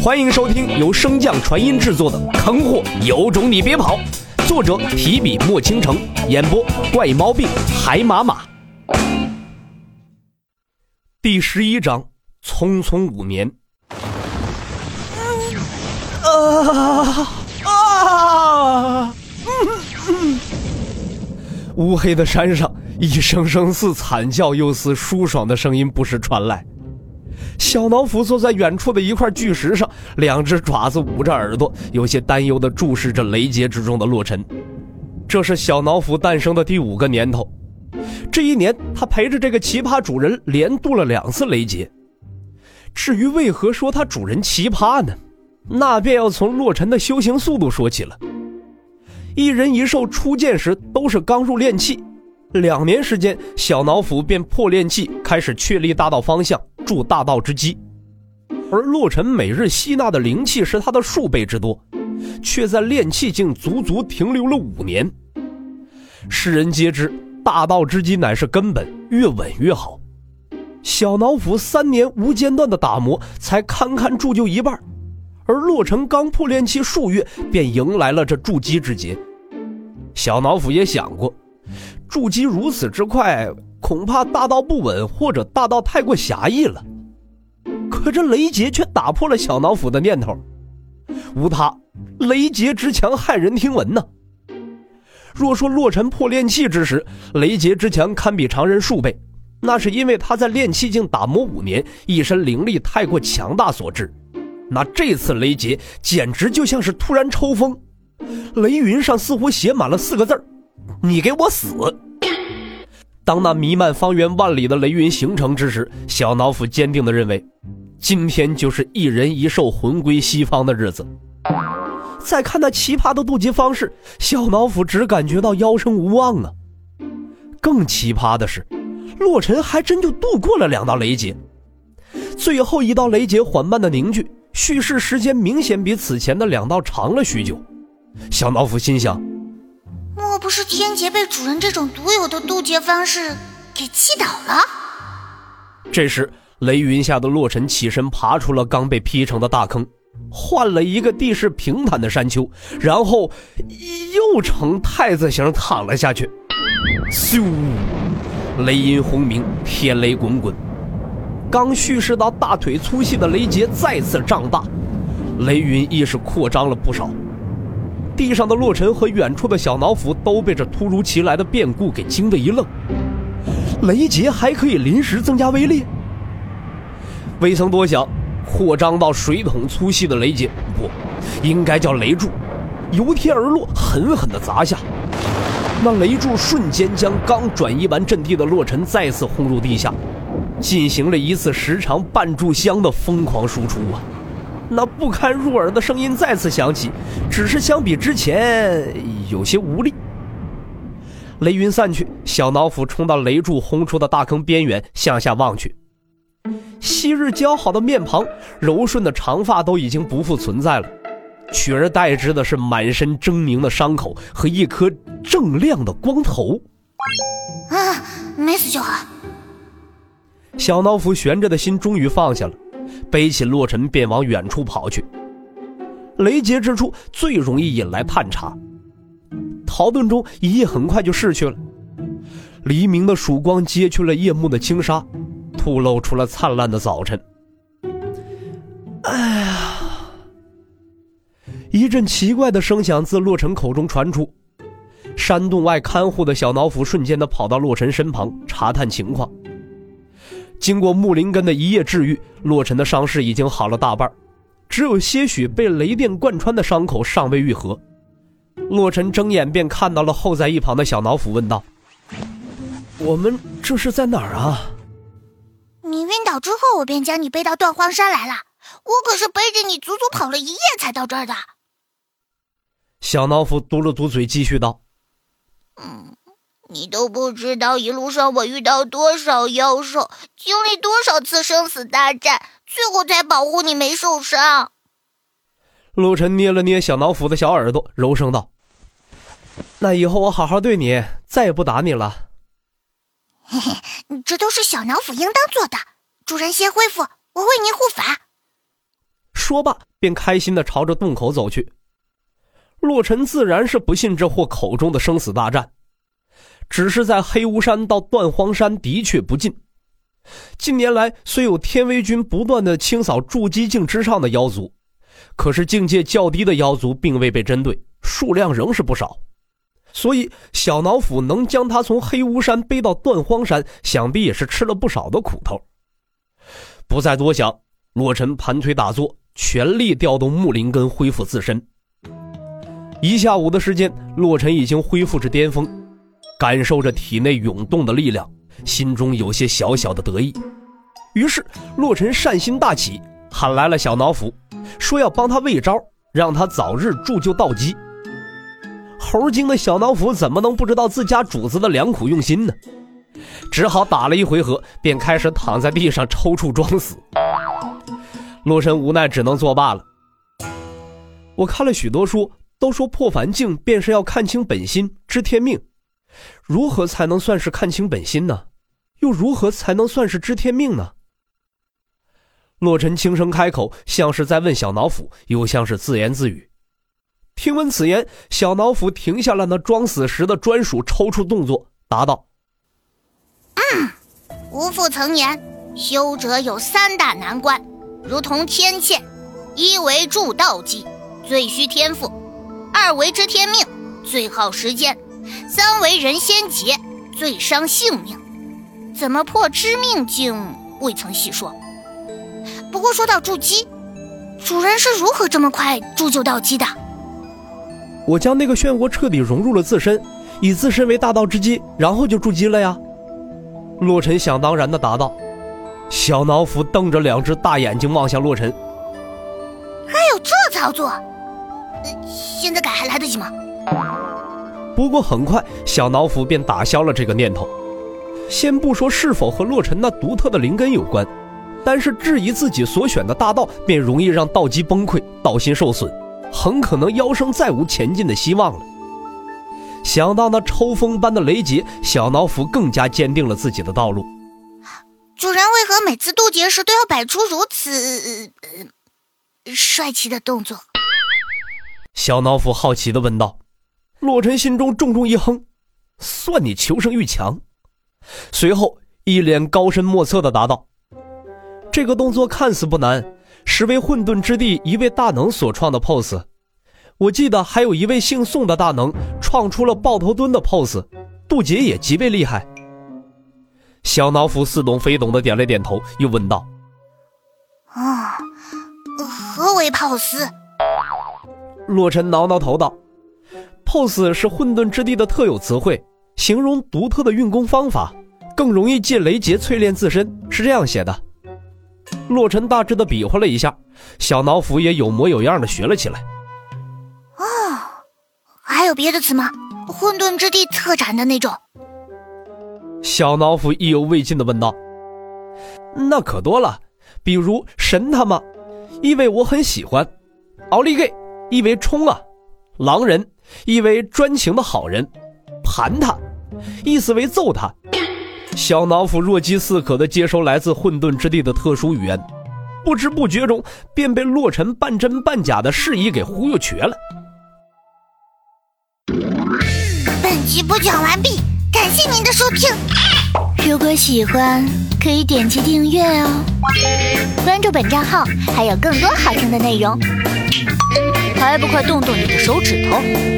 欢迎收听由升降传音制作的《坑货有种你别跑》，作者提笔墨倾城，演播怪毛病海马马。第11章，匆匆5年。乌黑的山上，一声声似惨叫又似舒爽的声音不时传来。小老虎坐在远处的一块巨石上，两只爪子捂着耳朵，有些担忧地注视着雷劫之中的洛尘。这是小老虎诞生的第5个年头，这一年他陪着这个奇葩主人连度了2次雷劫。至于为何说他主人奇葩呢？那便要从洛尘的修行速度说起了。一人一兽初见时都是刚入炼器，2年时间，小老虎便破炼器，开始确立大道方向，筑大道之基。而洛尘每日吸纳的灵气是他的数倍之多，却在炼器竟足足停留了5年。世人皆知，大道之基乃是根本，越稳越好。小老虎3年无间断的打磨，才堪堪铸就一半，而洛尘刚破炼器数月，便迎来了这筑基之劫。小老虎也想过，筑基如此之快，恐怕大道不稳，或者大道太过狭义了。可这雷劫却打破了小老虎的念头。无他，雷劫之强骇人听闻呢。若说洛尘破炼器之时，雷劫之强堪比常人数倍，那是因为他在炼器境打磨5年，一身灵力太过强大所致。那这次雷劫简直就像是突然抽风，雷云上似乎写满了4个字：你给我死。当那弥漫方圆万里的雷云形成之时，小老虎坚定地认为，今天就是一人一兽魂归西方的日子。再看那奇葩的渡劫方式，小老虎只感觉到夭生无望啊。更奇葩的是，洛尘还真就度过了2道雷劫。最后一道雷劫缓慢的凝聚，蓄势时间明显比此前的2道长了许久。小老虎心想， 莫不是天劫被主人这种独有的渡劫方式给气倒了？ 这时雷云下的洛尘起身爬出了刚被劈成的大坑，换了一个地势平坦的山丘，然后又呈太字形躺了下去。咻，雷音轰鸣，天雷滚滚。刚蓄势到大腿粗细的雷劫再次胀大，雷云亦是扩张了不少。地上的洛尘和远处的小老虎都被这突如其来的变故给惊得一愣。雷劫还可以临时增加威力？未曾多想，扩张到水桶粗细的雷劫，不，应该叫雷柱，由天而落，狠狠地砸下。那雷柱瞬间将刚转移完阵地的洛尘再次轰入地下，进行了一次时长半炷香的疯狂输出啊！那不堪入耳的声音再次响起，只是相比之前有些无力。雷云散去，小老虎冲到雷柱轰出的大坑边缘，向下望去。昔日姣好的面庞，柔顺的长发都已经不复存在了，取而代之的是满身狰狞的伤口和一颗锃亮的光头。 啊，没死就好。 小老虎悬着的心终于放下了，背起洛尘便往远处跑去。雷劫之处最容易引来探查，逃遁中一夜很快就逝去了。黎明的曙光揭去了夜幕的轻纱，吐露出了灿烂的早晨。哎呀！一阵奇怪的声响自洛尘口中传出，山洞外看护的小老虎瞬间地跑到洛尘身旁查探情况。经过木灵根的一夜治愈，洛尘的伤势已经好了大半，只有些许被雷电贯穿的伤口尚未愈合。洛尘睁眼便看到了候在一旁的小老虎，问道：我们这是在哪儿啊？ 你晕倒之后，我便将你背到断荒山来了，我可是背着你足足跑了1夜才到这儿的。 小老虎嘟了嘟嘴继续道： 你都不知道一路上我遇到多少妖兽，经历多少次生死大战，最后才保护你没受伤。 洛尘捏了捏小老虎的小耳朵，柔声道：那以后我好好对你，再也不打你了。 嘿嘿，这都是小老虎应当做的，主人先恢复，我为您护法。 说罢便开心地朝着洞口走去。洛尘自然是不信这货口中的生死大战，只是在黑巫山到断荒山的确不近。近年来虽有天威军不断地清扫筑基境之上的妖族，可是境界较低的妖族并未被针对，数量仍是不少。所以小脑斧能将他从黑巫山背到断荒山，想必也是吃了不少的苦头。不再多想，洛尘盘腿打坐，全力调动木灵根恢复自身。一下午的时间，洛尘已经恢复至巅峰，感受着体内涌动的力量，心中有些小小的得意。于是洛尘善心大起，喊来了小脑斧，说要帮他喂招，让他早日铸就道基。猴精的小脑斧怎么能不知道自家主子的良苦用心呢？只好打了一回合，便开始躺在地上抽搐装死。洛尘无奈只能作罢了。我看了许多书，都说破凡境便是要看清本心，知天命。如何才能算是看清本心呢？又如何才能算是知天命呢？洛尘轻声开口，像是在问小脑斧，又像是自言自语。听闻此言，小脑斧停下了那装死时的专属抽搐动作，答道： 吾父曾言，修者有3大难关，如同天堑：一为铸道基，最需天赋；二为知天命，最耗时间；三为人仙劫，最伤性命。怎么破知命境，未曾细说。不过说到筑基，主人是如何这么快铸就道基的？ 我将那个漩涡彻底融入了自身，以自身为大道之基，然后就筑基了呀。洛尘想当然地答道。小脑斧瞪着2只大眼睛望向洛尘， 还有这操作？现在改还来得及吗？ 不过很快小脑斧便打消了这个念头。先不说是否和洛尘那独特的灵根有关，单是质疑自己所选的大道，便容易让道基崩溃，道心受损，很可能妖生再无前进的希望了。想到那抽风般的雷劫，小脑斧更加坚定了自己的道路。 主人为何每次渡劫时都要摆出如此帅气的动作？ 小脑斧好奇地问道。洛尘心中重重一哼，算你求生欲强。随后一脸高深莫测地答道：这个动作看似不难，实为混沌之地一位大能所创的 pose。 我记得还有一位姓宋的大能创出了抱头蹲的 pose， 渡劫也极为厉害。小脑斧似懂非懂地点了点头，又问道： 何为 pose？ 洛尘挠挠头道：pose 是混沌之地的特有词汇，形容独特的运功方法，更容易借雷劫淬炼自身，是这样写的。洛尘大致地比划了一下，小脑斧也有模有样地学了起来。 还有别的词吗？混沌之地特展的那种？ 小脑斧意犹未尽地问道。那可多了，比如神他妈，意为我很喜欢；奥利给，意为冲啊；狼人，意为专情的好人；盘他，意思为揍他。小脑斧若饥似渴地接收来自混沌之地的特殊语言，不知不觉中便被洛尘半真半假的示意给忽悠瘸了。 本集播讲完毕，感谢您的收听。如果喜欢，可以点击订阅哦，关注本账号还有更多好听的内容。还不快动动你的手指头！